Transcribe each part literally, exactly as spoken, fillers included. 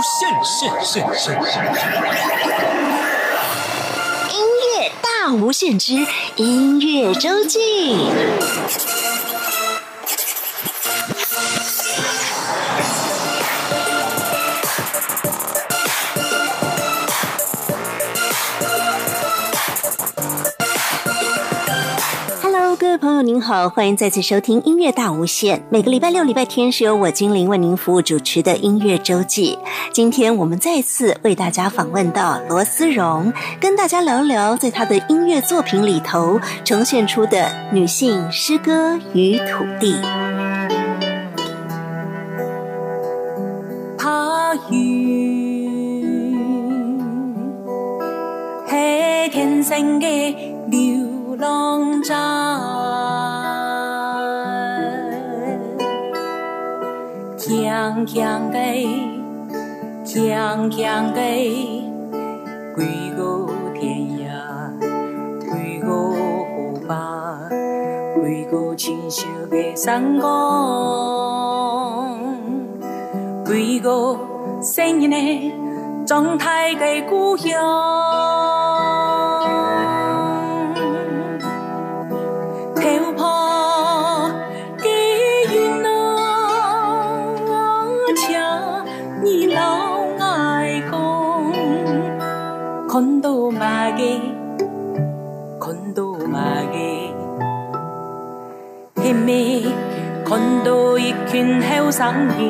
现，现现现现！ 音乐大无限之音乐周记。各位朋友您好，欢迎再次收听音乐大无限。每个礼拜六礼拜天是由我精灵为您服务主持的音乐周记。今天我们再次为大家访问到罗思荣，跟大家聊聊在他的音乐作品里头呈现出的女性诗歌与土地。 他云是天生的流浪者，强强的强强的归个天涯，归个河坝，归个清秀的山岗，归个生日的状态的故乡。看到马嘅，看到马嘅，前面看到一群後生兒，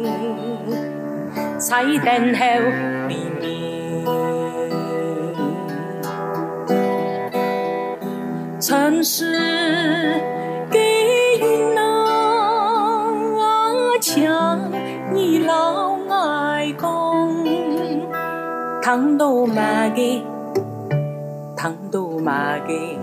在等候黎明。城市嘅雲啊，像你老愛講。糖豆麻嘅，糖豆麻嘅，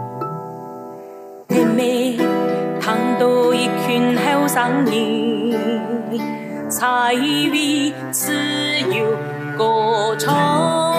前面糖豆一群後生兒，在為自由歌唱。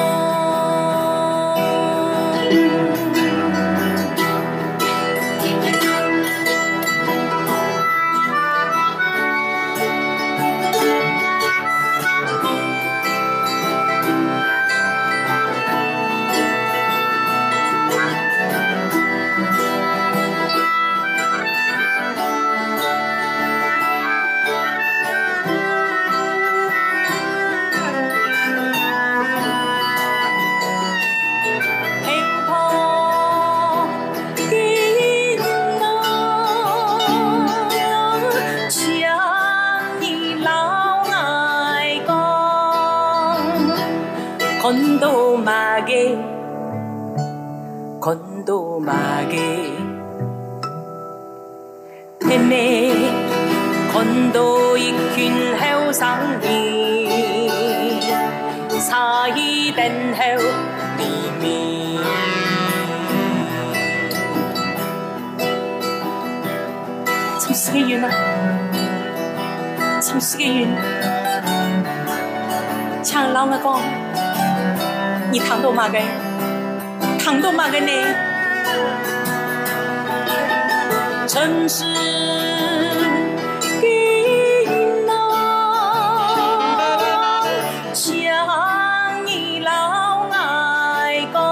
看到马嘅，看到馬嘅，前面看到一群後生兒，在等候黎明。沉思嘅遠啊，沉思嘅遠，唱老嘅歌。你糖豆麻嘅，糖豆麻嘅呢？城市嘅雲啊，像你老愛講，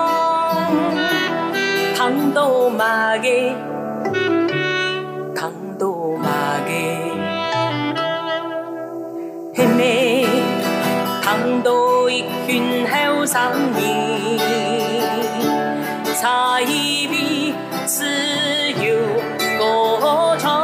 糖豆麻嘅，糖豆麻嘅，係咩？糖豆一群後生兒，在為自由歌唱。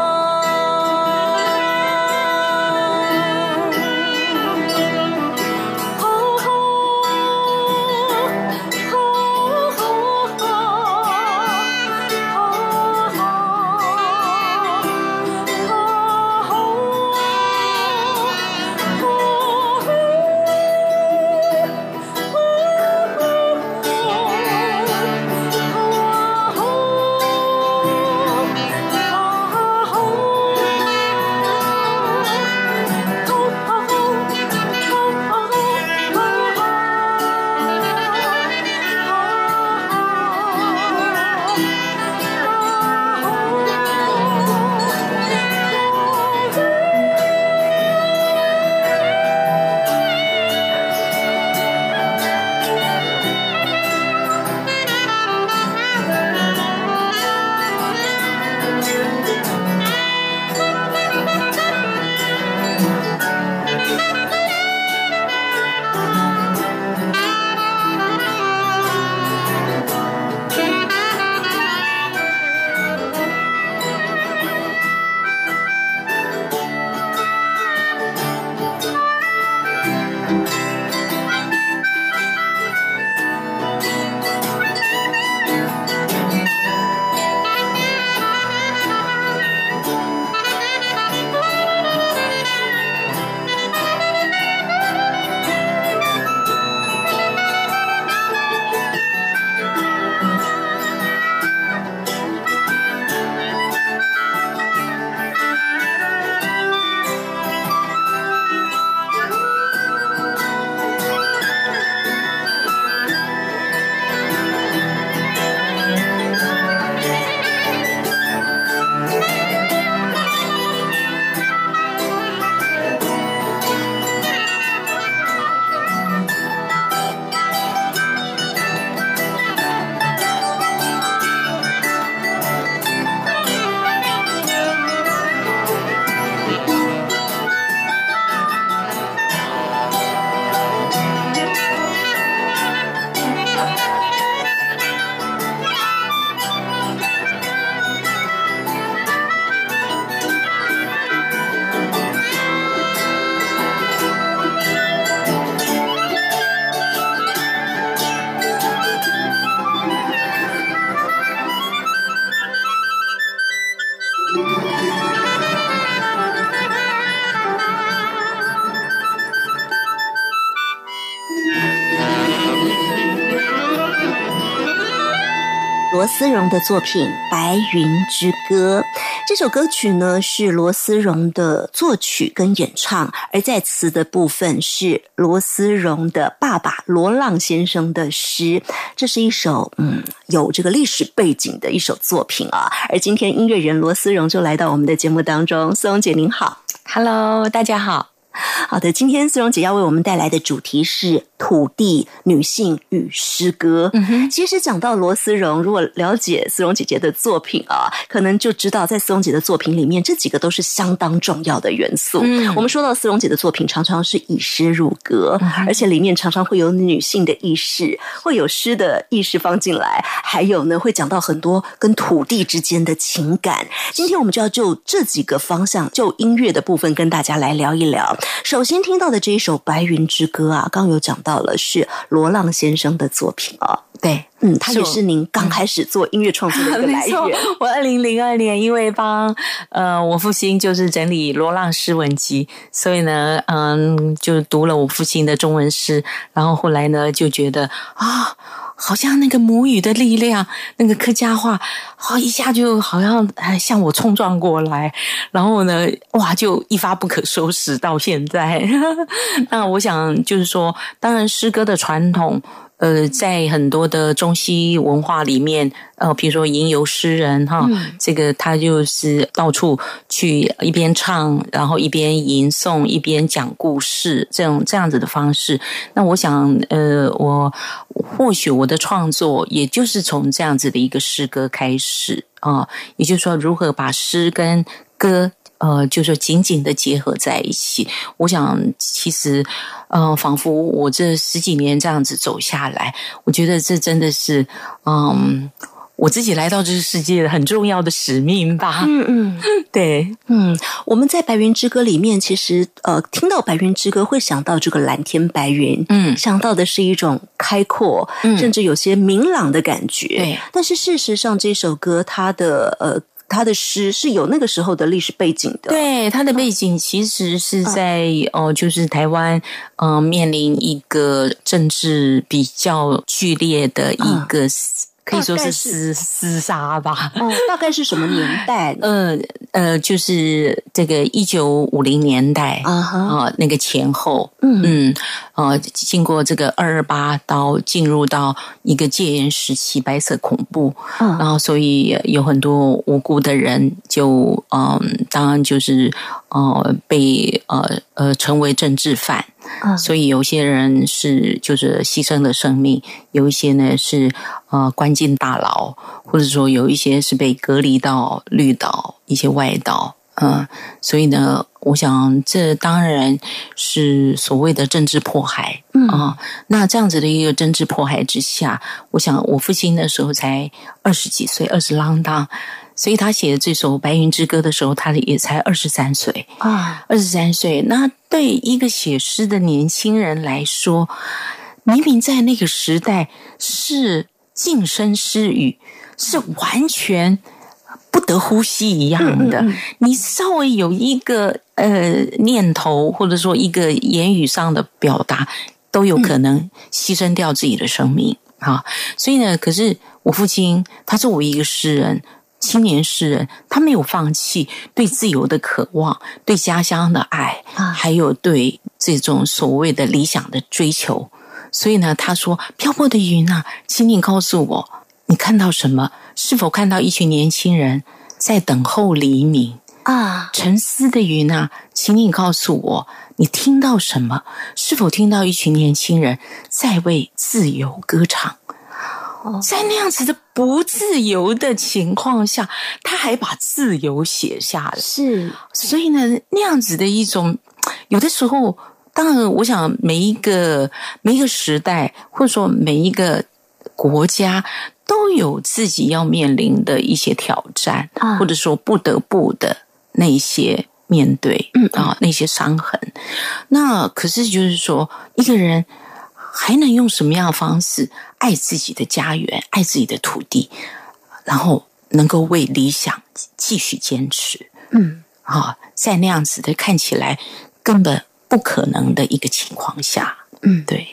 罗思荣的作品《白云之歌》。这首歌曲呢是罗思荣的作曲跟演唱，而在词的部分是罗思荣的爸爸罗浪先生的诗。这是一首嗯有这个历史背景的一首作品啊。而今天音乐人罗思荣就来到我们的节目当中。思荣姐您好。 Hello， 大家好。 好的，今天思荣姐要为我们带来的主题是土地、女性与诗歌。嗯哼，其实讲到罗思荣，如果了解思荣姐姐的作品啊，可能就知道在思荣姐的作品里面，这几个都是相当重要的元素。嗯，我们说到思荣姐的作品，常常是以诗入歌，嗯，而且里面常常会有女性的意识，会有诗的意识放进来，还有呢，会讲到很多跟土地之间的情感。今天我们就要就这几个方向，就音乐的部分跟大家来聊一聊。首先听到的这一首《白云之歌》啊，刚刚有讲到了是罗浪先生的作品啊。 对， 嗯，他也是您刚开始做音乐创作的一个来源。 我二零零二年因为帮呃我父亲就是整理罗浪诗文集，所以呢，嗯，就读了我父亲的中文诗，然后后来呢就觉得啊。好像那个母语的力量，那个客家话，好一下就好像向我冲撞过来，然后呢，哇，就一发不可收拾到现在。那我想就是说，当然诗歌的传统。呃，在很多的中西文化里面，呃，比如说吟游诗人哈，嗯，这个他就是到处去一边唱，然后一边吟诵，一边讲故事，这种这样子的方式。那我想，呃，我或许我的创作也就是从这样子的一个诗歌开始啊，呃，也就是说，如何把诗跟歌。呃，就是紧紧的结合在一起。我想，其实，呃，仿佛我这十几年这样子走下来，我觉得这真的是，嗯，我自己来到这个世界很重要的使命吧。嗯嗯，对， 嗯，我们在《白云之歌》里面，其实呃，听到《白云之歌》会想到这个蓝天白云，嗯，想到的是一种开阔，嗯，甚至有些明朗的感觉。对，但是事实上，这首歌它的呃。他的诗是有那个时候的历史背景的。 对，他的背景其实是在哦、嗯呃，就是台湾嗯、呃、面临一个政治比较剧烈的一个。嗯可以说是厮厮杀吧。 哦，大概是什么年代？ 呃呃，就是这个一九五零年代啊，啊那个前后，嗯嗯，呃，经过这个二二八到进入到一个戒严时期，白色恐怖，嗯，然后所以有很多无辜的人就嗯，当然就是呃被呃呃成为政治犯。嗯，所以有些人是就是牺牲了生命，有一些呢是呃关进大牢，或者说有一些是被隔离到绿岛一些外岛，嗯，所以呢，我想这当然是所谓的政治迫害，嗯啊，那这样子的一个政治迫害之下，我想我父亲那时候才二十几岁，二十啷当。所以他写的这首《白云之歌》的时候，他也才二十三岁啊，二十三岁。那对一个写诗的年轻人来说，明明在那个时代是近身诗语，是完全不得呼吸一样的。嗯嗯嗯，你稍微有一个呃念头，或者说一个言语上的表达，都有可能牺牲掉自己的生命啊。所以呢，可是我父亲他作为一个诗人。青年诗人，他没有放弃对自由的渴望，对家乡的爱，还有对这种所谓的理想的追求。所以呢，他说：“漂泊的云啊，请你告诉我，你看到什么？是否看到一群年轻人在等候黎明啊？沉思的云啊，请你告诉我，你听到什么？是否听到一群年轻人在为自由歌唱？”在那样子的不自由的情况下，他还把自由写下来。 是， 所以呢，那样子的一种，有的时候，当然，我想每一个每一个时代，或者说每一个国家，都有自己要面临的一些挑战，啊，或者说不得不的那些面对，嗯啊，那些伤痕。那可是就是说，一个人还能用什么样的方式爱自己的家园，爱自己的土地，然后能够为理想继续坚持？嗯，啊，在那样子的看起来根本不可能的一个情况下，嗯，对。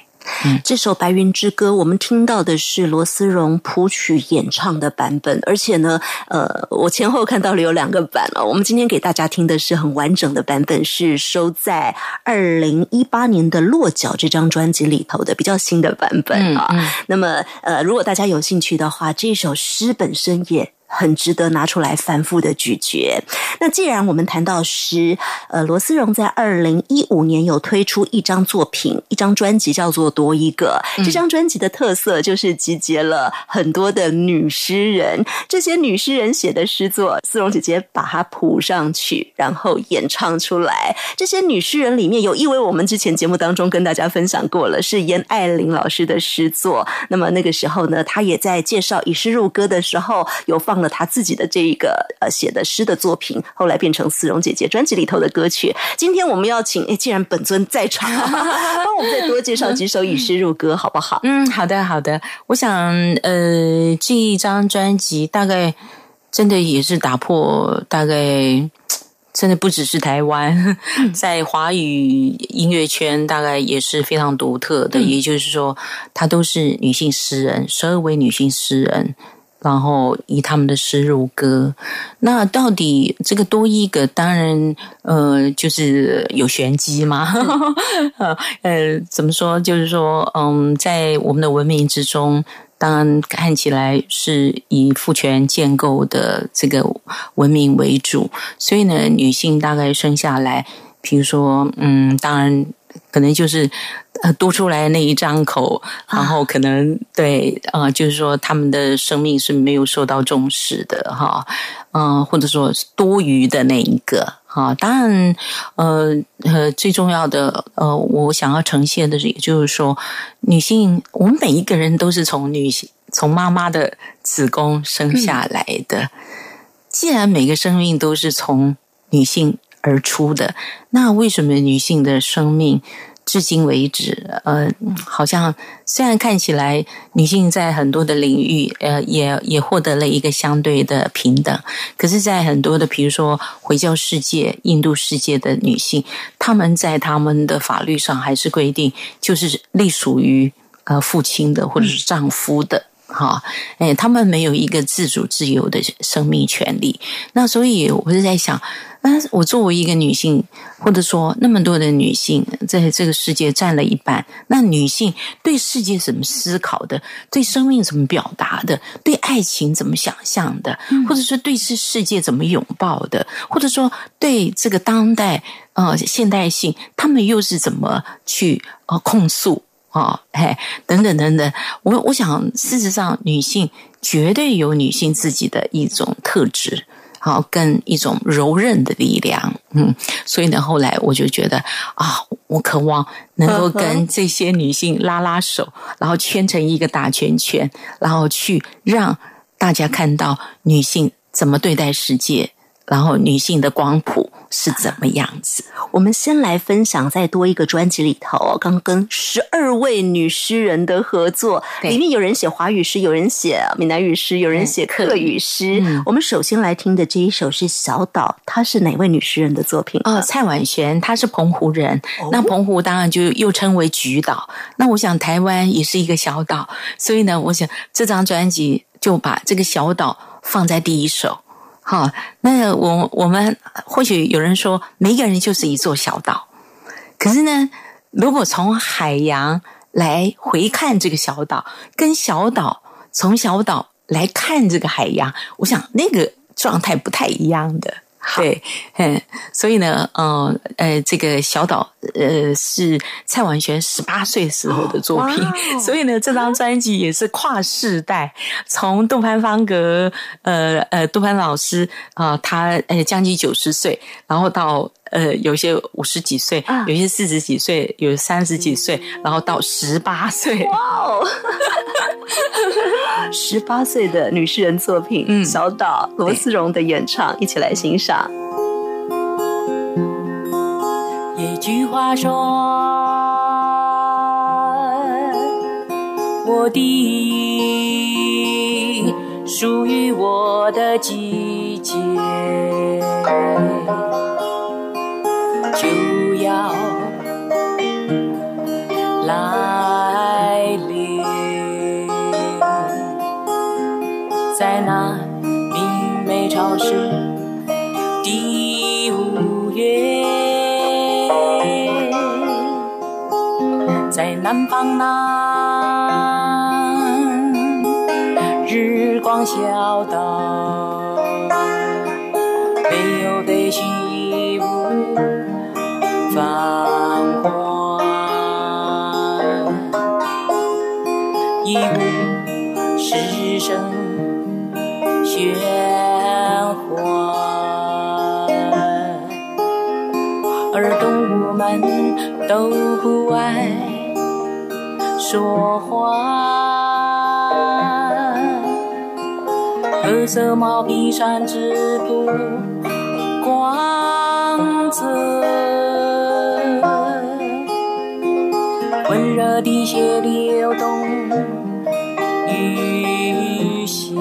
嗯， 这首《白云之歌》我们听到的是罗思荣谱曲演唱的版本，而且呢，呃，我前后看到了有两个版哦。我们今天给大家听的是很完整的版本，是收在二零一八年的《落脚》这张专辑里头的比较新的版本啊。嗯嗯、那么，呃，如果大家有兴趣的话，这首诗本身也很值得拿出来反复的咀嚼。那既然我们谈到诗，呃，罗思荣在二零一五年有推出一张作品，一张专辑叫做《多一个》。这张专辑的特色就是集结了很多的女诗人，这些女诗人写的诗作，思荣姐姐把它谱上去，然后演唱出来。这些女诗人里面有一位我们之前节目当中跟大家分享过了，是严爱玲老师的诗作。那么那个时候呢，她也在介绍以诗入歌的时候有放了他自己的这一个呃写的诗的作品，后来变成思荣姐姐专辑里头的歌曲。今天我们要请，诶，既然本尊在场，帮我们再多介绍几首以诗入歌，好不好？ 嗯，好的，好的。我想，呃，这一张专辑大概真的也是打破，大概真的不只是台湾，在华语音乐圈大概也是非常独特的。嗯、也就是说，它都是女性诗人，十二位女性诗人。然后以他们的诗入歌，那到底这个多一个，当然呃就是有玄机嘛。呃，怎么说？就是说，嗯，在我们的文明之中，当然看起来是以父权建构的这个文明为主，所以呢，女性大概生下来，比如说，嗯，当然。可能就是呃多出来那一张口，然后可能对呃就是说他们的生命是没有受到重视的哈，嗯、呃、或者说多余的那一个哈。当然呃呃最重要的呃我想要呈现的是，也就是说女性，我们每一个人都是从女性从妈妈的子宫生下来的。嗯、既然每个生命都是从女性而出的，那为什么女性的生命至今为止，呃，好像虽然看起来女性在很多的领域，呃，也也获得了一个相对的平等，可是，在很多的，比如说回教世界、印度世界的女性，她们在她们的法律上还是规定，就是隶属于呃父亲的或者是丈夫的。哈，哎，他们没有一个自主自由的生命权利。那所以我是在想，那我作为一个女性，或者说那么多的女性在这个世界占了一半，那女性对世界怎么思考的，对生命怎么表达的，对爱情怎么想象的，或者说对这世界怎么拥抱的，或者说对这个当代呃现代性，他们又是怎么去呃控诉哦，嘿，等等等等，我我想，事实上，女性绝对有女性自己的一种特质，好，跟一种柔韧的力量，嗯，所以呢，后来我就觉得啊，我渴望能够跟这些女性拉拉手，然后圈成一个大圈圈，然后去让大家看到女性怎么对待世界，然后女性的光谱是怎么样子。 我们先来分享在多一个专辑里头，刚跟十二位女诗人的合作，里面有人写华语诗，有人写闽南语诗，有人写客语诗。嗯、我们首先来听的这一首是小岛，她是哪位女诗人的作品？ 哦，蔡婉璇，她是澎湖人。哦、那澎湖当然就又称为菊岛。那我想台湾也是一个小岛，所以呢，我想这张专辑就把这个小岛放在第一首。好，那我我们或许有人说，每一个人就是一座小岛。可是呢，如果从海洋来回看这个小岛，跟小岛从小岛来看这个海洋，我想那个状态不太一样的。对，嗯，所以呢，呃，呃，这个小岛，呃，是蔡婉璇十八岁时候的作品，所以呢，这张专辑也是跨世代，从杜潘方格，呃呃，杜潘老师啊、呃，他呃将近九十岁，然后到呃有些五十几岁，有些四十几岁，有三十几岁，然后到十八岁， 哇哦！十八岁的女诗人作品，嗯，小岛罗思荣的演唱，一起来欣赏。 一句话说，我的属于我的季节，就要来是第五月，在南方那日光小岛，北有北西无繁华，一无是声喧哗，而动物们都不爱说话，褐色毛皮衫织布光泽，温热的血流动雨下，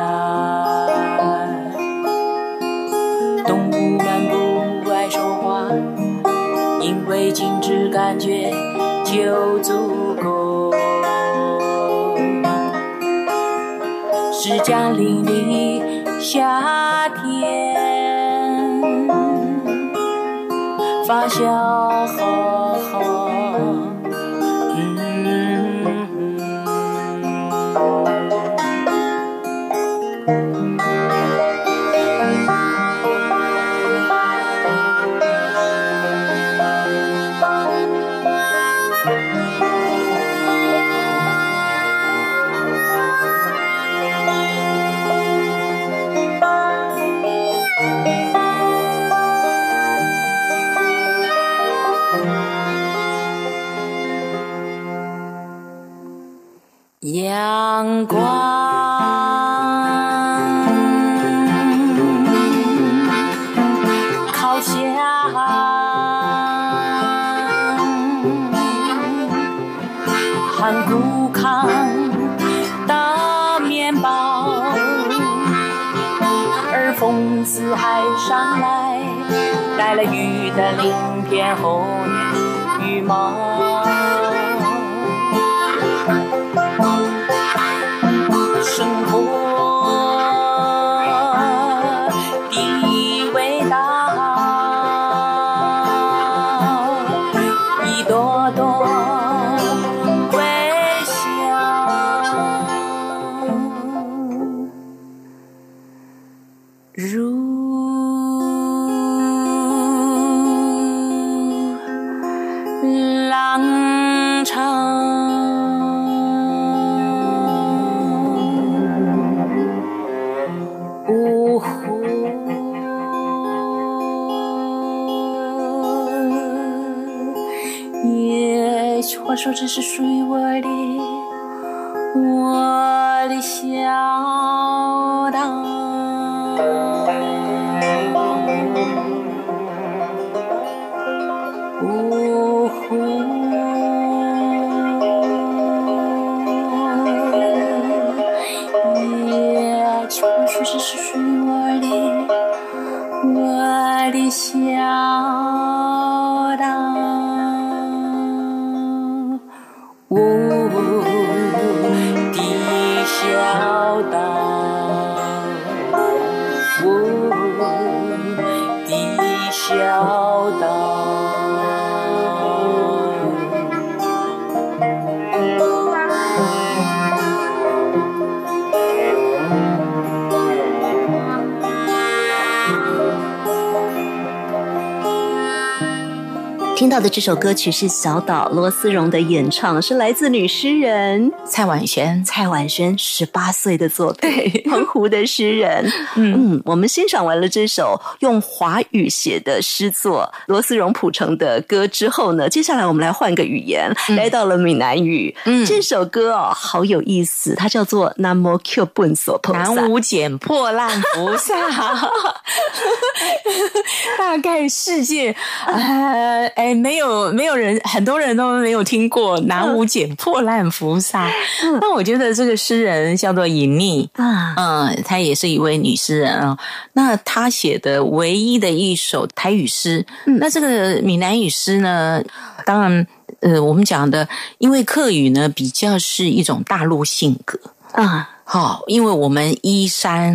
动物们不爱说话，因为静止感觉就足够，是降临的夏天，发酵后阳光靠下，含谷康的面包，而风自海上来，带了雨的鳞片后面羽毛，生活的味道，一朵朵微笑，如浪潮。话说这是属于我的我的小岛，呜呼，也或许这是属于我的我的小岛。我的小岛，我的小岛。 听到的这首歌曲是小岛罗思荣的演唱，是来自女诗人蔡婉萱。 蔡婉萱十八岁的作品，澎湖的诗人。嗯, 嗯，我们欣赏完了这首用华语写的诗作罗思荣谱成的歌之后呢，接下来我们来换个语言，嗯、来到了闽南语。嗯，这首歌哦，好有意思，它叫做南无求本所菩萨， 南无捡破烂菩萨。大概世界呃哎没有没有人，很多人都没有听过南无捡破烂菩萨。嗯、那我觉得这个诗人叫做尹宓啊，嗯，她也是一位女诗人啊。那她写的唯一的一首台语诗，嗯、那这个闽南语诗呢，当然呃我们讲的，因为客语呢比较是一种大陆性格啊，好，因为我们依山。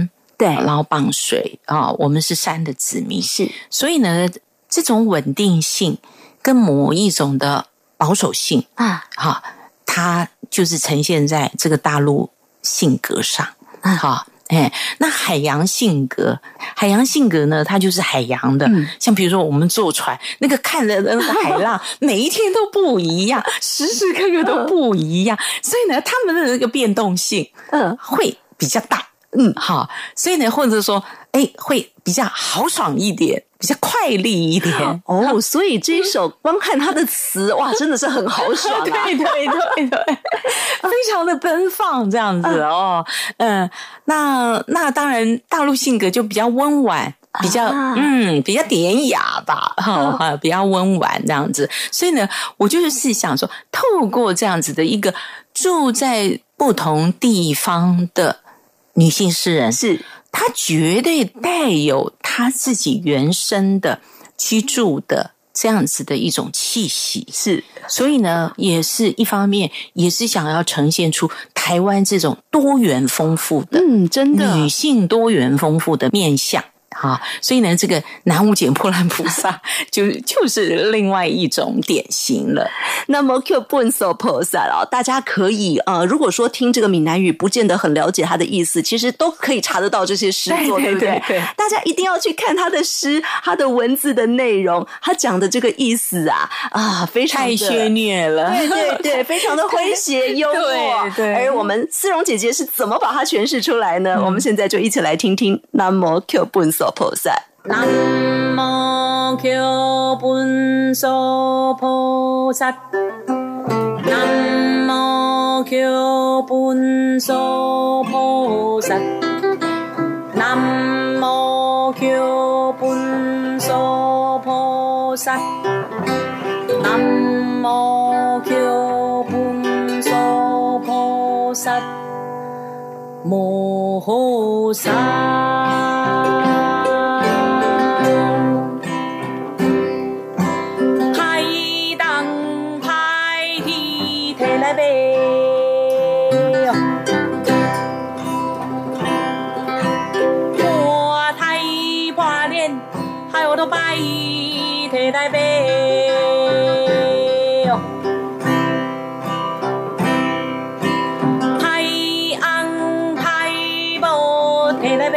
对， 然后傍水啊、哦，我们是山的子民， 是， 所以呢，这种稳定性跟某一种的保守性啊，哈，它就是呈现在这个大陆性格上，哈。哎，那海洋性格，海洋性格呢，它就是海洋的。嗯、像比如说我们坐船，那个看着那个海浪，每一天都不一样，时时刻刻都不一样，所以呢，他们的那个变动性，嗯，会比较大。嗯，好，所以呢，或者说，哎，会比较豪爽一点，比较快利一点。 哦，所以这一首光看它的词，哇，真的是很豪爽啊！ 对对对对，非常的奔放这样子哦。嗯，那那当然，大陆性格就比较温婉。比较、啊、嗯，比较典雅吧，哈、嗯，比较温婉这样子。所以呢，我就是想说，透过这样子的一个住在不同地方的女性诗人， 是她绝对带有她自己原生的居住的这样子的一种气息， 是。 所以呢，也是一方面，也是想要呈现出台湾这种多元丰富的， 嗯，真的女性多元丰富的面向。好，所以呢，这个南无捡破烂菩萨就就是另外一种典型了。 那么 Q 本手菩萨啊，大家可以呃，如果说听这个闽南语不见得很了解它的意思，其实都可以查得到这些诗作，对不对？ 对对对， 大家一定要去看他的诗，他的文字的内容，他讲的这个意思啊啊，非常太血虐了， 对对对，非常的诙谐幽默。 对对， 而我们思蓉姐姐是怎么把它诠释出来呢？嗯、我们现在就一起来听听南无 Q 本手菩萨。 南无 Q 本手菩萨，南无 Q 本手菩萨，南无 Q 本手菩萨，南无 Q 本手菩萨，摩诃薩。拜提来拜，派翁派某提来拜，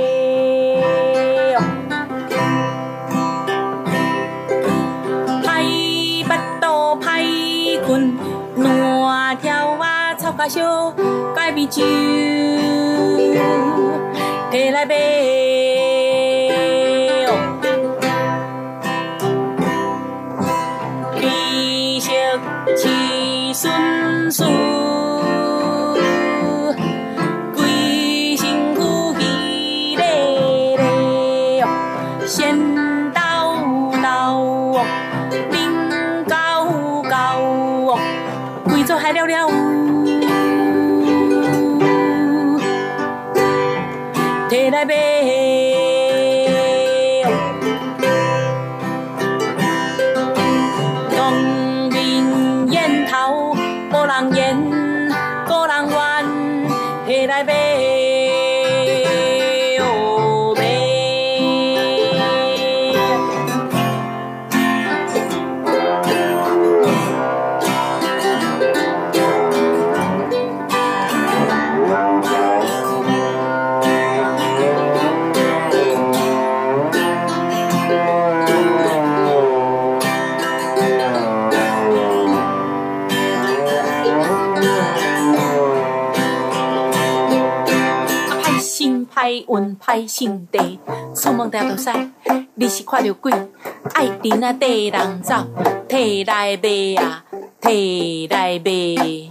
派巴肚派裙，烂条啊草甲烧，解米酒提来拜。顺顺，规身躯稀咧咧，仙豆豆，面高高，规做海了了，摕来卖。歹运歹性地，出门定着使。你是看着鬼，爱人啊缀人走，摕来卖啊，摕来卖。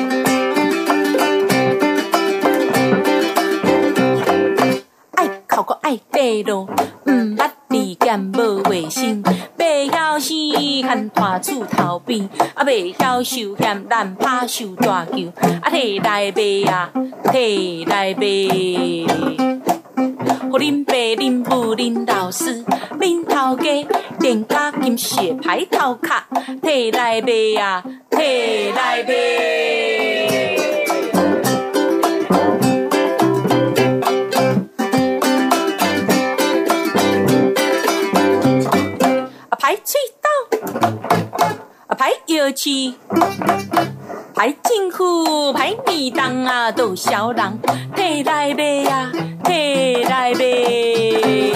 爱哭个爱爬路，毋捌利剑无卫生，袂晓生牵拖厝头边，啊袂晓受嫌难拍受大球，啊摕来卖啊，摕来卖。互恁爸、恁母、恁老师、恁头家，连甲金屑牌头壳，摕来卖啊，摕来卖。 歹摇市，歹政府，歹面当啊，都小人摕来卖啊，摕来卖。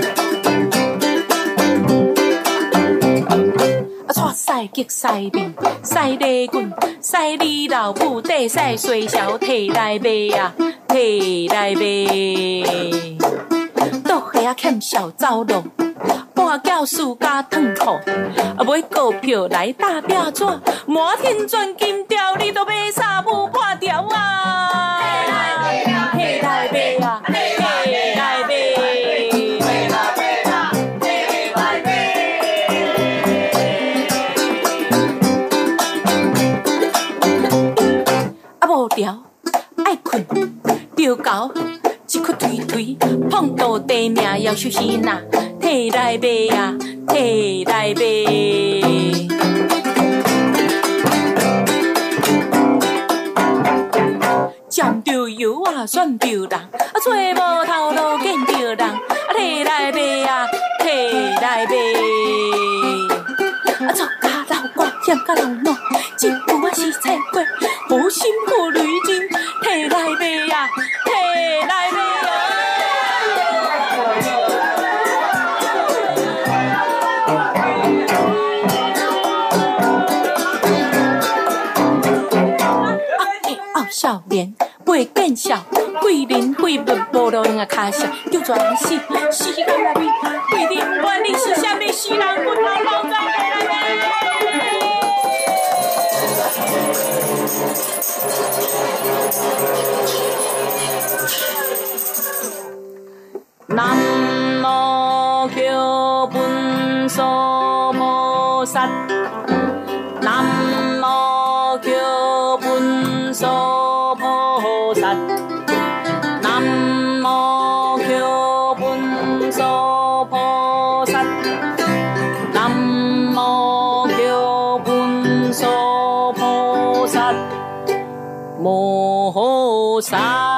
啊，带赛吉赛面，赛地棍，赛你老母地赛水潲，摕来卖啊，摕来卖。倒下啊欠小走路。半教暑假烫裤，啊买股票来打拼纸，满天钻金条，你都买啥物半条啊？摕来卖啊，摕来卖啊，摕来卖，摕来卖啊，摕来卖。啊无聊，爱困，着搞。一窟推推，碰到地命要小心呐！摕来卖啊，摕来卖。占着油啊，选着人，啊做无头路见着人，啊摕来卖啊，摕来卖。啊做家老瓜嫌家老孬，一句啊是菜瓜，好心好女人，摕来卖啊，摕来卖。少年未见笑，桂林废物无路用啊卡笑，叫全死死到那边。桂林原你是啥物死人？骨头老在来来。南无求本娑菩萨，南无求本娑菩萨，南无求本娑菩萨，南无求本娑菩萨，摩诃萨。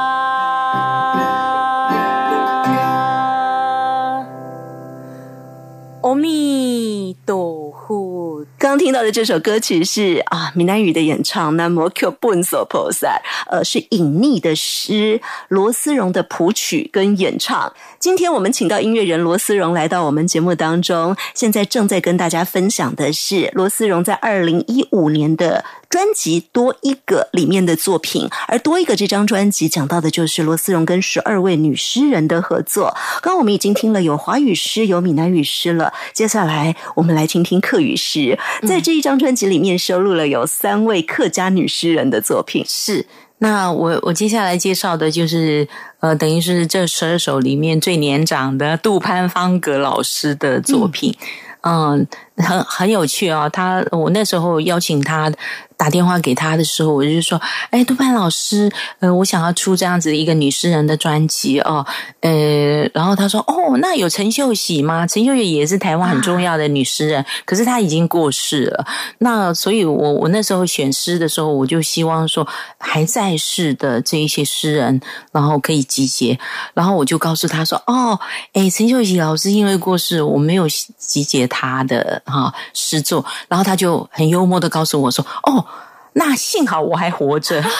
阿弥陀佛。 刚听到的这首歌曲是啊闽南语的演唱，南无求本娑菩萨，呃是隐匿的诗，罗思荣的谱曲跟演唱。今天我们请到音乐人罗思荣来到我们节目当中，现在正在跟大家分享的是罗思荣在二零一五年的专辑《多一个》里面的作品，而《多一个》这张专辑讲到的就是罗思荣跟十二位女诗人的合作。刚刚我们已经听了有华语诗有闽南语诗了，接下来我们来听听客语诗。在这一张专辑里面收录了有三位客家女诗人的作品。 是，那我我接下来介绍的就是呃，等于是这十二首里面最年长的杜潘方格老师的作品。嗯，嗯很很有趣哦。他我那时候邀请他打电话给他的时候，我就说，哎，杜潘老师，呃，我想要出这样子一个女诗人的专辑哦，呃，然后他说，哦，那有陈秀喜吗？陈秀喜也是台湾很重要的女诗人，啊、可是她已经过世了。那所以我我那时候选诗的时候，我就希望说还在世的这一些诗人，然后可以集结。然后我就告诉他说，哦，哎，陈秀喜老师因为过世，我没有集结他的哈诗作，然后他就很幽默的告诉我说，哦。那幸好我还活着。然后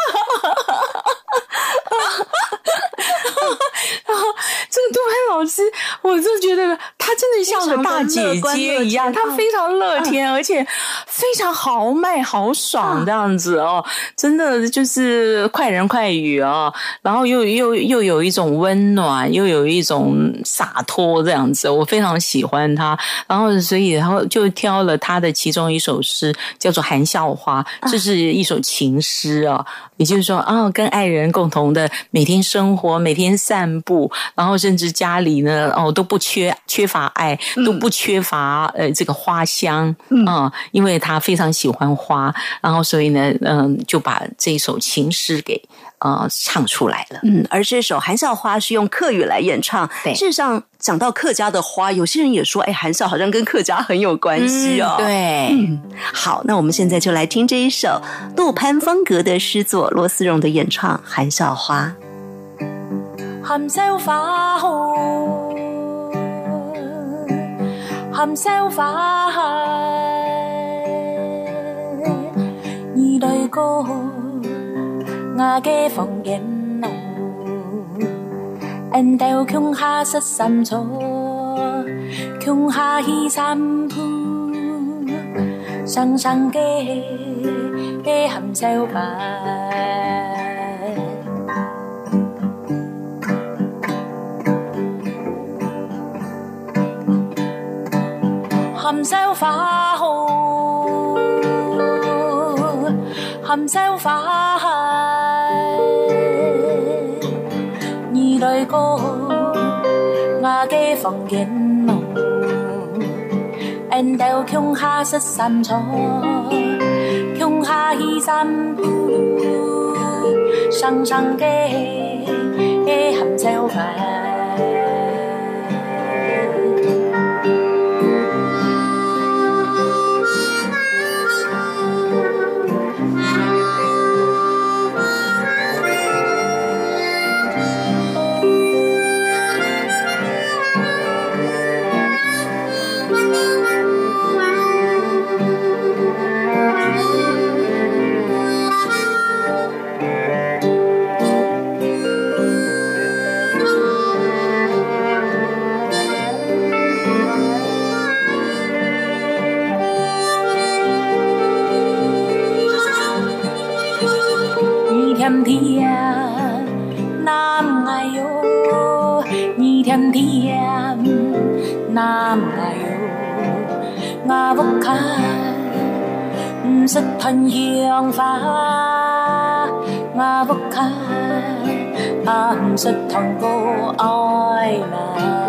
这个杜潘老师，我就觉得她真的像个大姐姐一样，她非常乐天，而且非常豪迈豪爽这样子哦，真的就是快人快语哦，然后又又又有一种温暖，又有一种洒脱这样子，我非常喜欢她。然后所以然后就挑了她的其中一首诗，叫做《含笑花》，这是一首情诗哦，也就是说啊，跟爱人共同的每天生活，每天散步，然后甚至家里呢，哦都不缺缺乏爱，都不缺乏呃这个花香啊、嗯，因为他非常喜欢花，然后所以呢，嗯，就把这首情诗给呃唱出来了。 嗯，而这首《含笑花》是用客语来演唱。对，事实上讲到客家的花，有些人也说，哎，含笑好像跟客家很有关系哦。 嗯、对、 嗯，好，那我们现在就来听这一首杜潘方格的诗作，罗思荣的演唱《含笑花》。 含笑花好，含笑花过我嘅房间咯，人到乡下十三座，乡下去散步，上上嘅嘅含笑牌。含笑花好，含笑花你來過我嘅房間咯，人到鄉下十三座，鄉下去散步，上上嘅嘅含笑牌。甜甜南爱哟，你甜甜南爱哟，我不看不是檀香花，我不看啊不是糖果爱啦。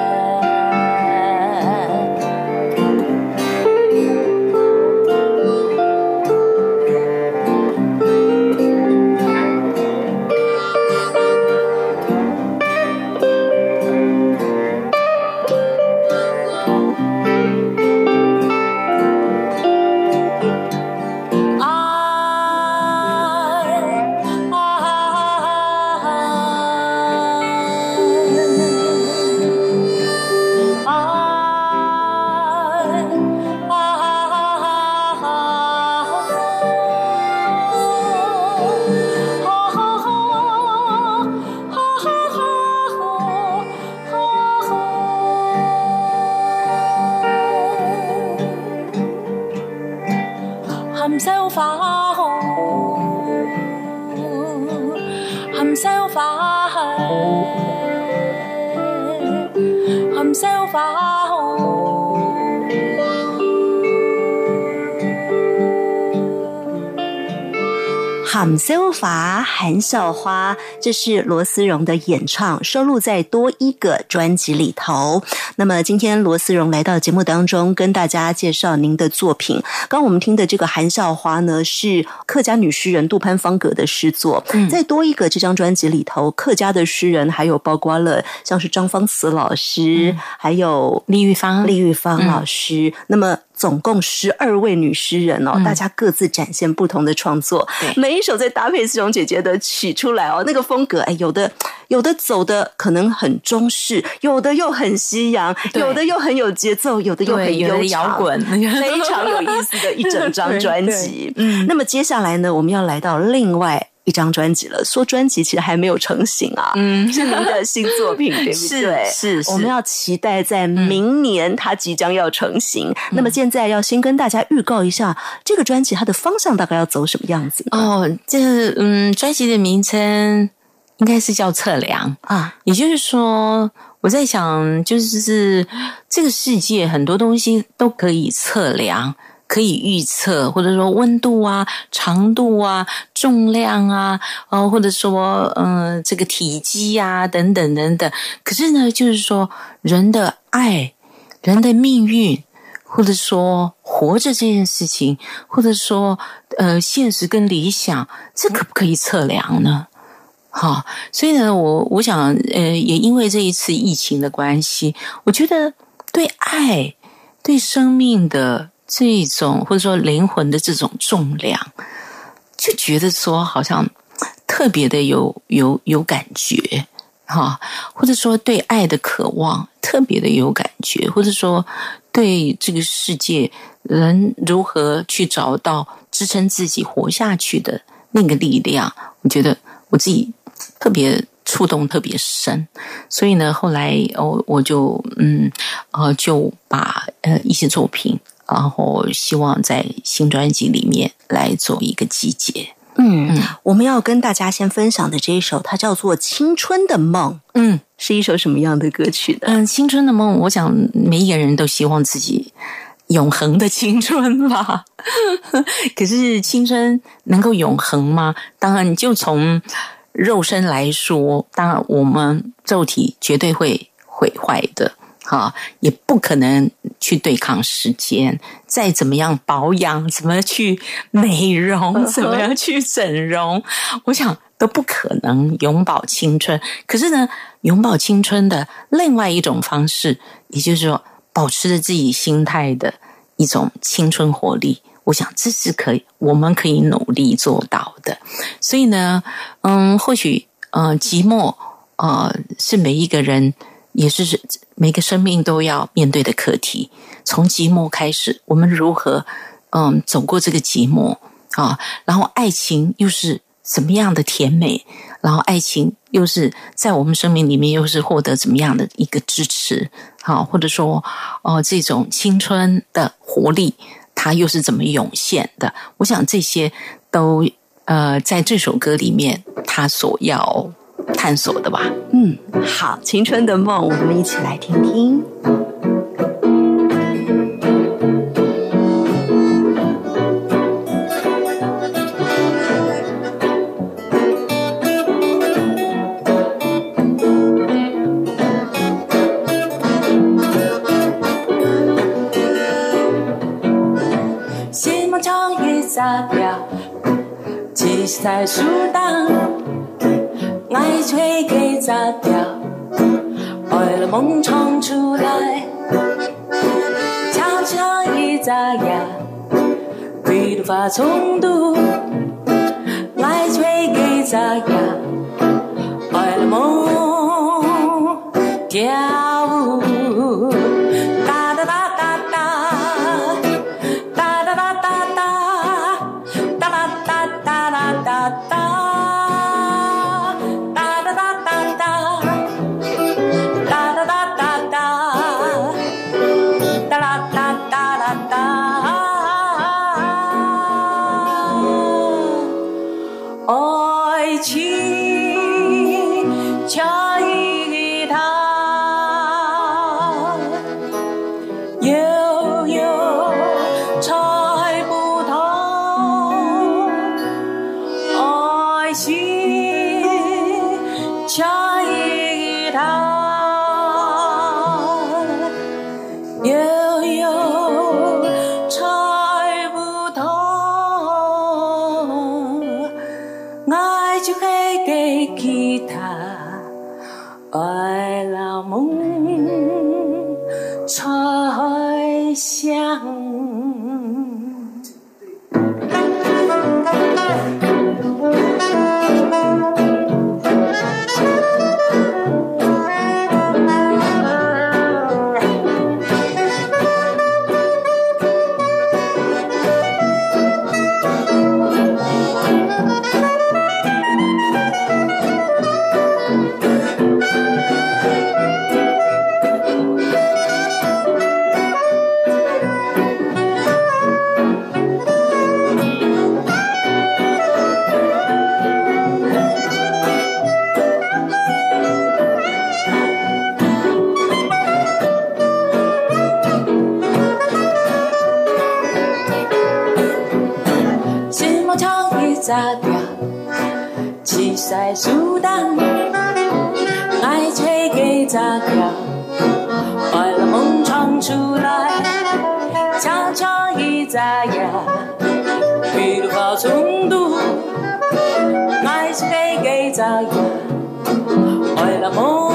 含笑花好，含笑花含笑花好。 含笑花含笑花，这是罗思荣的演唱，收录在多一个专辑里头。那么今天罗思荣来到节目当中，跟大家介绍您的作品。刚我们听的这个含笑花呢，是客家女诗人杜潘方格的诗作。嗯、在多一个这张专辑里头，客家的诗人还有包括了像是张芳慈老师，嗯、还有李玉芳李玉芳老师。嗯、那么总共十二位女诗人哦，嗯、大家各自展现不同的创作，每一首再搭配思荣姐姐的曲出来哦，那个风格哎，有的有的走的可能很中式，有的又很西洋，有的又很有节奏，有的又很悠长， 摇滚， 非常有意思的一整张专辑。嗯，那么接下来呢，我们要来到另外一张专辑了。说专辑其实还没有成型啊，嗯，是您的新作品，对不对？ 是是， 我们要期待在明年它即将要成型。嗯、那么现在要先跟大家预告一下，这个专辑它的方向大概要走什么样子呢？ 哦，这嗯，专辑的名称应该是叫测量啊，也就是说，我在想，就是这个世界很多东西都可以测量。可以预测，或者说温度啊、长度啊、重量啊，呃，或者说嗯、呃，这个体积啊，等等等等。可是呢，就是说人的爱、人的命运，或者说活着这件事情，或者说呃，现实跟理想，这可不可以测量呢？好，所以呢，我我想，呃，也因为这一次疫情的关系，我觉得对爱、对生命的这种或者说灵魂的这种重量，就觉得说好像特别的有有有感觉哈，或者说对爱的渴望特别的有感觉，或者说对这个世界人如何去找到支撑自己活下去的那个力量，我觉得我自己特别触动特别深，所以呢，后来哦，我就嗯呃就把呃一些作品，然后希望在新专辑里面来做一个集结。 嗯，嗯我们要跟大家先分享的这一首，它叫做《青春的梦》。嗯，是一首什么样的歌曲呢？ 嗯，《青春的梦》，我想每一个人都希望自己永恒的青春吧。可是青春能够永恒吗？当然，就从肉身来说，当然我们肉体绝对会毁坏的，哈，也不可能去对抗时间。再怎么样保养，怎么去美容，怎么样去整容，我想都不可能永葆青春。可是呢，永葆青春的另外一种方式，也就是说，保持着自己心态的一种青春活力。我想这是可以，我们可以努力做到的。所以呢，嗯，或许呃，寂寞呃是每一个人，也是每个生命都要面对的课题。从寂寞开始，我们如何嗯走过这个寂寞啊？然后爱情又是怎么样的甜美？然后爱情又是在我们生命里面又是获得怎么样的一个支持？好，或者说哦、呃，这种青春的活力。它又是怎么涌现的？我想这些都呃在这首歌里面他所要探索的吧。 嗯，好，青春的梦，我们一起来听听。 七彩树荡，爱吹给杂调，为了梦闯出来，悄悄一眨眼，归途发冲突，爱吹给杂调，为了梦跳舞。 七彩树荡，爱吹给杂调，快乐梦闯出来，悄悄一眨眼，一路跑冲突，爱吹给杂调，快乐梦。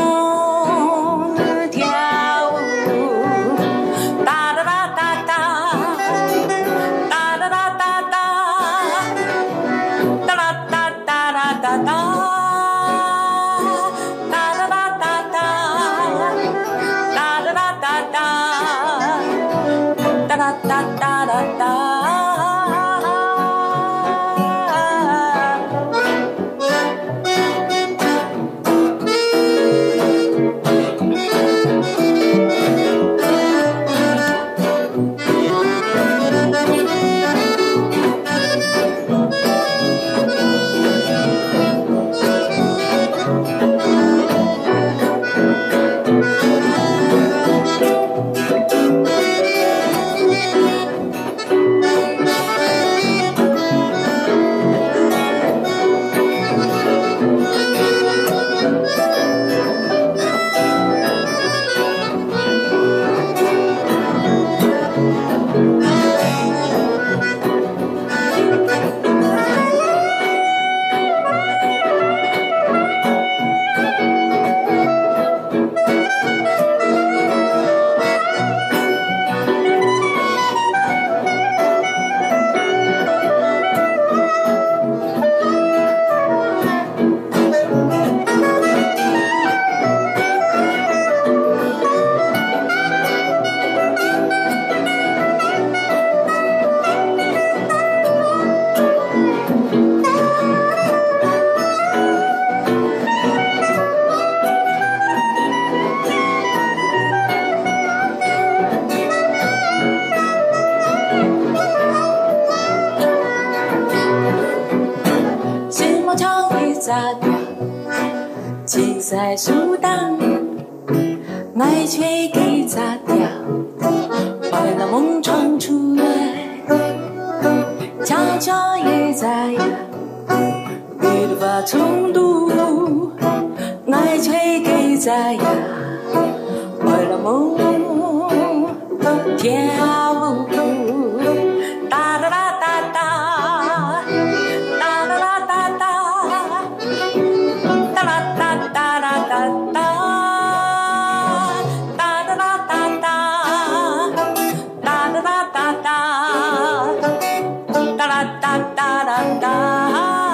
扎条，青菜树当，爱吹给扎条，快乐梦闯出来，悄悄也在呀，别发冲突，爱吹给扎呀，快乐梦跳舞。哒哒哒哒哒，哒哒哒哒哒，哒啦哒哒哒哒哒，哒哒哒哒哒，哒哒哒哒哒，哒啦哒哒哒哒。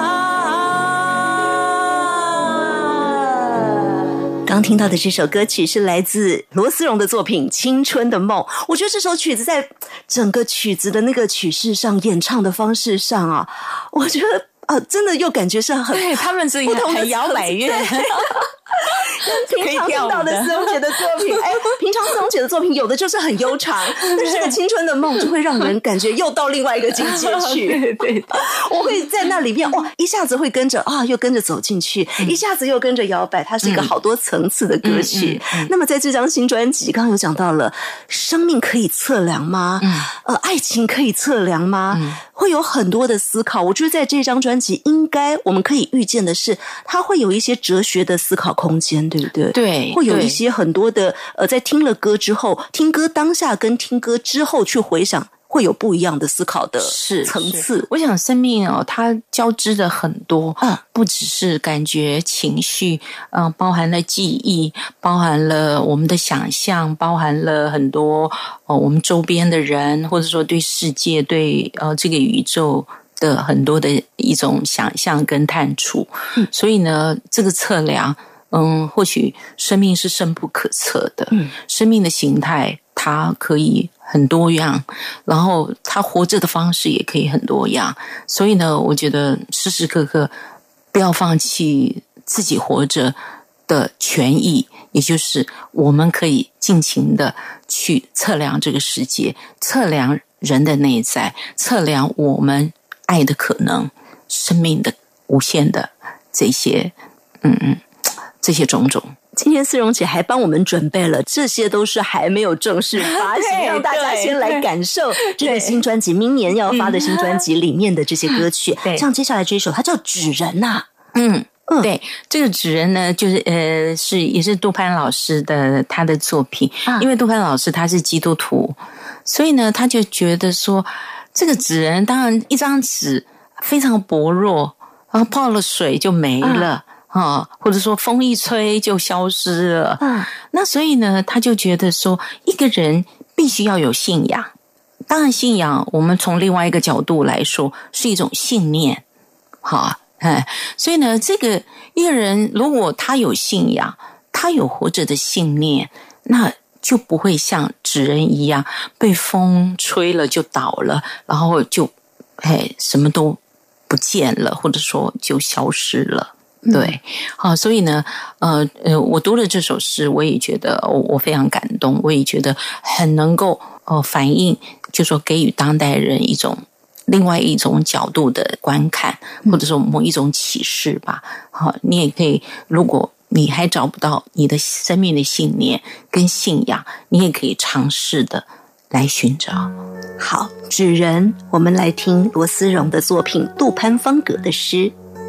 刚听到的这首歌曲是来自罗思荣的作品《青春的梦》。我觉得这首曲子在整个曲子的那个曲式上、演唱的方式上啊，我觉得啊，真的又感觉是很对他们是不同的很摇摆乐。 跟平常听到的思荣姐的作品，哎，平常思荣姐的作品有的就是很悠长，但是这个青春的梦就会让人感觉又到另外一个境界去。 对对对， 我会在那里面哇，一下子会跟着啊，又跟着走进去，嗯、一下子又跟着摇摆，它是一个好多层次的歌曲。嗯嗯嗯、那么在这张新专辑，刚刚有讲到了，生命可以测量吗？嗯、呃，爱情可以测量吗？嗯、会有很多的思考。我觉得在这张专辑，应该我们可以预见的是，它会有一些哲学的思考空间，对不对？ 对， 会有一些很多的呃，在听了歌之后，听歌当下跟听歌之后去回想，会有不一样的思考的层次。 我想生命哦，它交织的很多，嗯，不只是感觉、情绪，嗯、呃，包含了记忆，包含了我们的想象，包含了很多哦，我们周边的人，或者说对世界、对呃这个宇宙的很多的一种想象跟探触。嗯，所以呢，这个测量。嗯，或许生命是深不可测的，嗯，生命的形态它可以很多样，然后它活着的方式也可以很多样，所以呢，我觉得时时刻刻不要放弃自己活着的权益，也就是我们可以尽情的去测量这个世界，测量人的内在，测量我们爱的可能，生命的无限的这些，嗯嗯。这些种种， 今天思荣姐还帮我们准备了，这些都是还没有正式发行，让大家先来感受这个新专辑，明年要发的新专辑里面的这些歌曲。像接下来这一首，它叫《纸人》呐， 嗯。嗯，对，这个纸人呢，就是呃，是也是杜潘老师的他的作品，啊、因为杜潘老师他是基督徒，所以呢，他就觉得说，这个纸人当然一张纸非常薄弱，然后泡了水就没了。啊啊，或者说风一吹就消失了。嗯，那所以呢，他就觉得说，一个人必须要有信仰。当然，信仰我们从另外一个角度来说，是一种信念。好，哎，所以呢，这个一个人如果他有信仰，他有活着的信念，那就不会像纸人一样被风吹了就倒了，然后就哎什么都不见了，或者说就消失了。对，好，所以呢，呃呃，我读了这首诗，我也觉得我我非常感动，我也觉得很能够呃反映，就说给予当代人一种另外一种角度的观看，或者说某一种启示吧。好，你也可以，如果你还找不到你的生命的信念跟信仰，你也可以尝试的来寻找。 好，纸人，我们来听罗思荣的作品，杜潘方格的诗。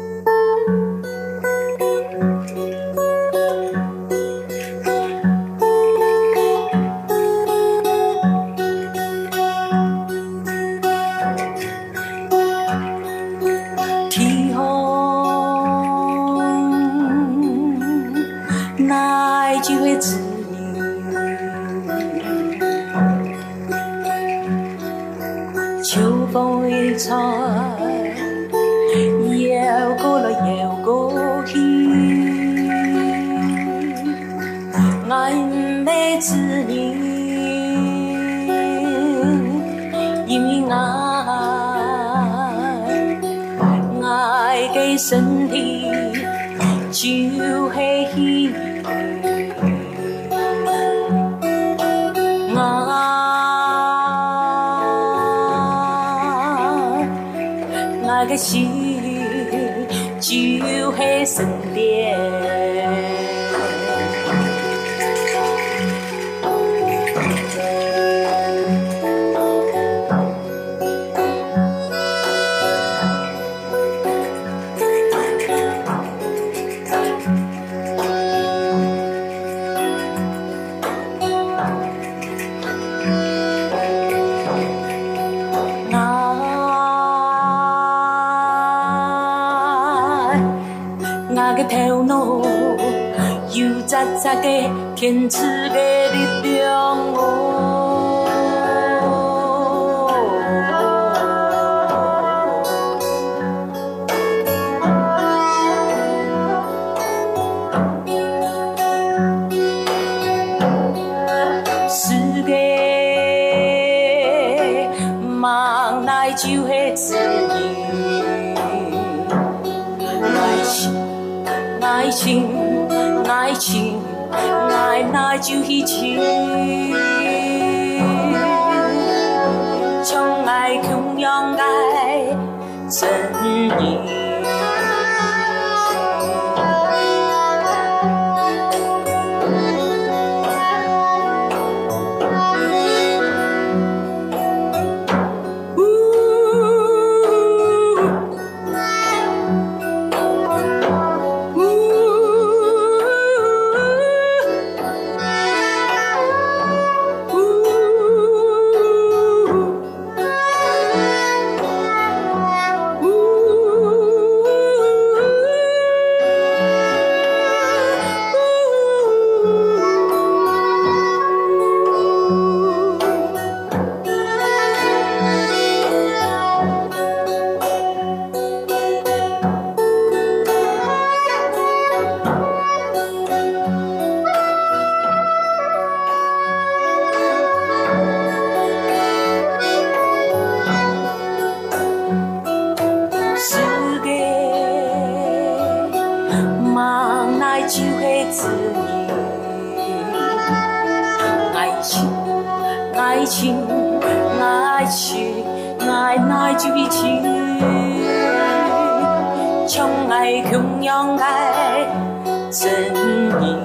秋风一吹，摇过来摇过去，爱没子女，因为爱爱嘅身體就是喜愛嘅心就是酸甜。 头脑有杂杂的天赐的力量哦，世界梦来就是自由，爱情，爱情，爱来就是情，相爱同样爱真意。爱情，爱情，爱来就是情，相爱同样爱真意。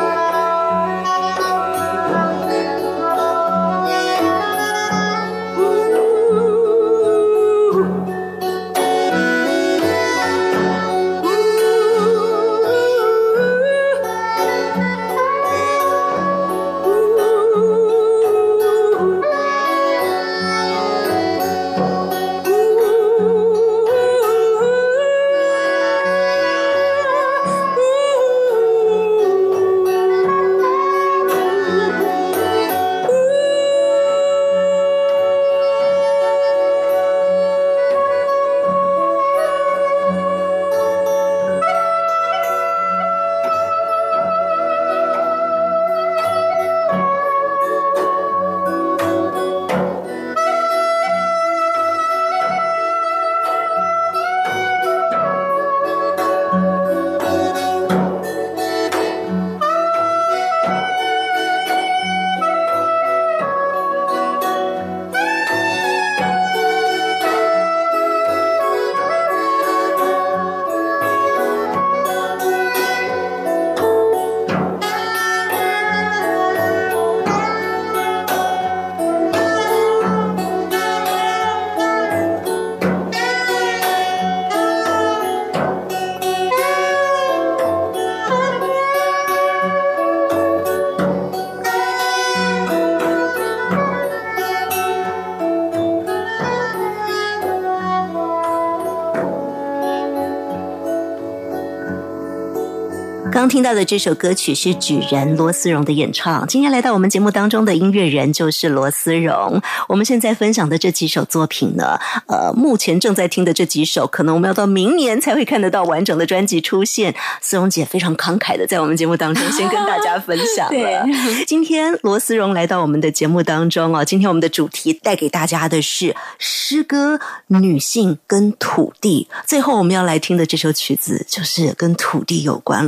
刚听到的这首歌曲是举人罗思荣的演唱。今天来到我们节目当中的音乐人就是罗思荣。我们现在分享的这几首作品呢，呃，目前正在听的这几首，可能我们要到明年才会看得到完整的专辑出现。思荣姐非常慷慨的在我们节目当中先跟大家分享了。对，今天罗思荣来到我们的节目当中哦，今天我们的主题带给大家的是诗歌、女性跟土地。最后我们要来听的这首曲子就是跟土地有关了。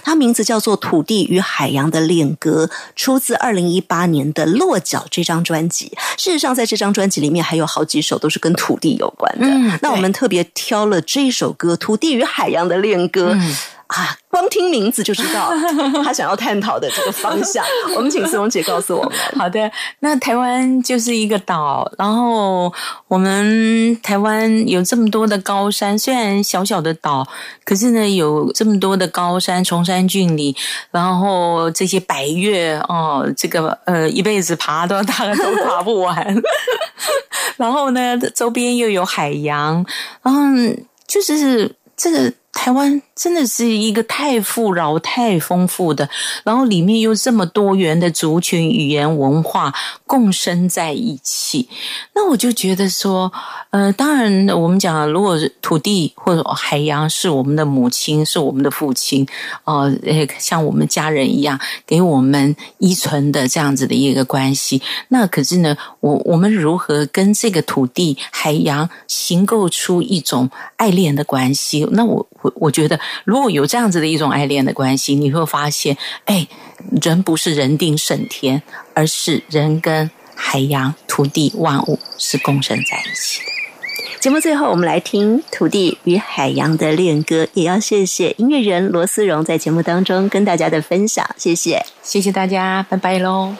它名字叫做《土地与海洋的恋歌》，出自二零一八年的《落脚》这张专辑。事实上在这张专辑里面还有好几首都是跟土地有关的，嗯，那我们特别挑了这一首歌《土地与海洋的恋歌》，嗯啊，光听名字就知道他想要探讨的这个方向。我们请思蓉姐告诉我们。 好的，那台湾就是一个岛，然后我们台湾有这么多的高山，虽然小小的岛，可是呢有这么多的高山，崇山峻岭，然后这些百岳哦，这个呃一辈子爬都大概都爬不完。然后呢，周边又有海洋，嗯，就是这个。台湾真的是一个太富饶太丰富的，然后里面又这么多元的族群语言文化共生在一起。那我就觉得说呃，当然我们讲如果土地或者海洋是我们的母亲是我们的父亲呃，像我们家人一样给我们依存的这样子的一个关系，那可是呢我我们如何跟这个土地海洋形构出一种爱恋的关系，那我我觉得如果有这样子的一种爱恋的关系，你会发现哎，人不是人定胜天，而是人跟海洋土地万物是共生在一起的。 节目最后我们来听土地与海洋的恋歌，也要谢谢音乐人罗思蓉在节目当中跟大家的分享，谢谢谢谢大家，拜拜咯。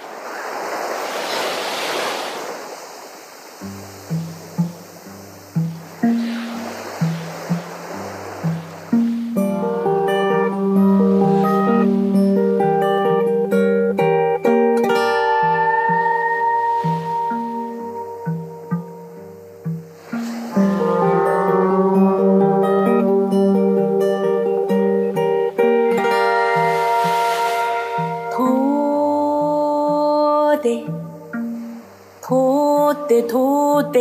土地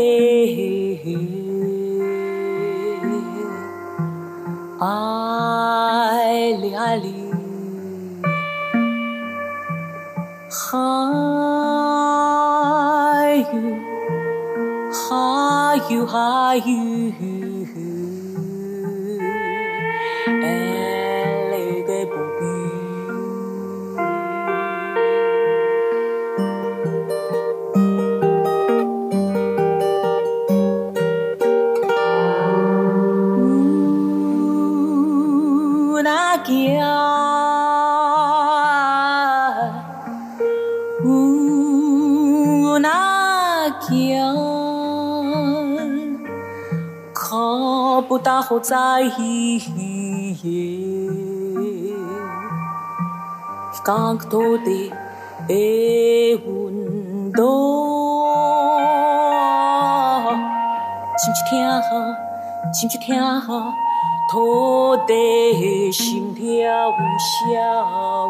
爱里爱里还有还有还有爱里的不必不大好在意感觉土地的温度亲像听亲像听土地心跳小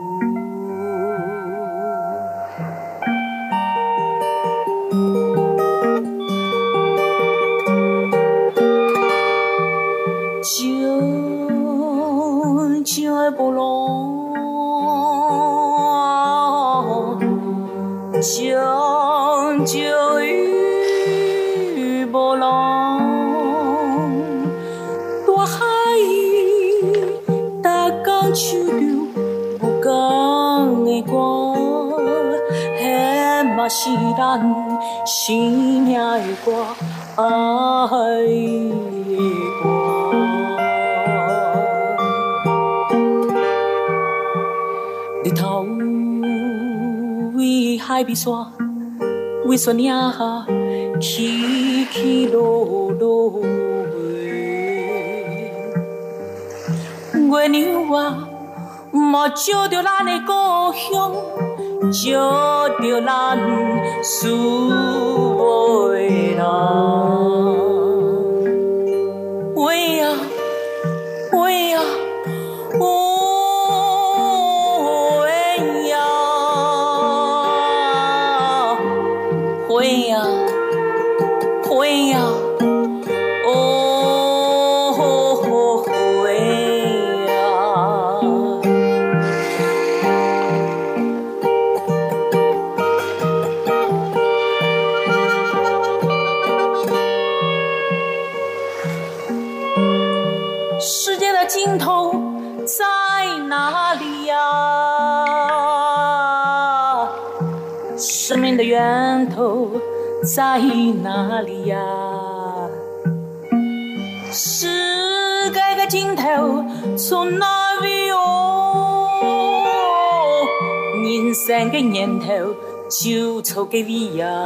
波浪，将就与波浪，大海大江手中不讲的歌，那嘛是咱心命的歌，爱的歌。日头为海边山，为山岭下起起落落。月亮啊，嘛照着咱的故乡，照着咱思维人。喂啊，喂啊，哦。 哪里呀？生命的源头在哪里呀？世界的尽头从哪里哦？人生的源头就从这里呀。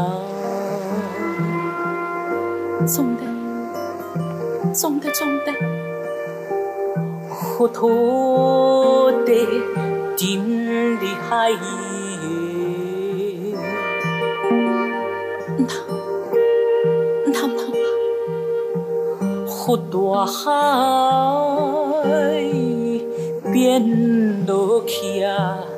总的，总的，总的，糊涂的dim的海。糊涂海变落去啊！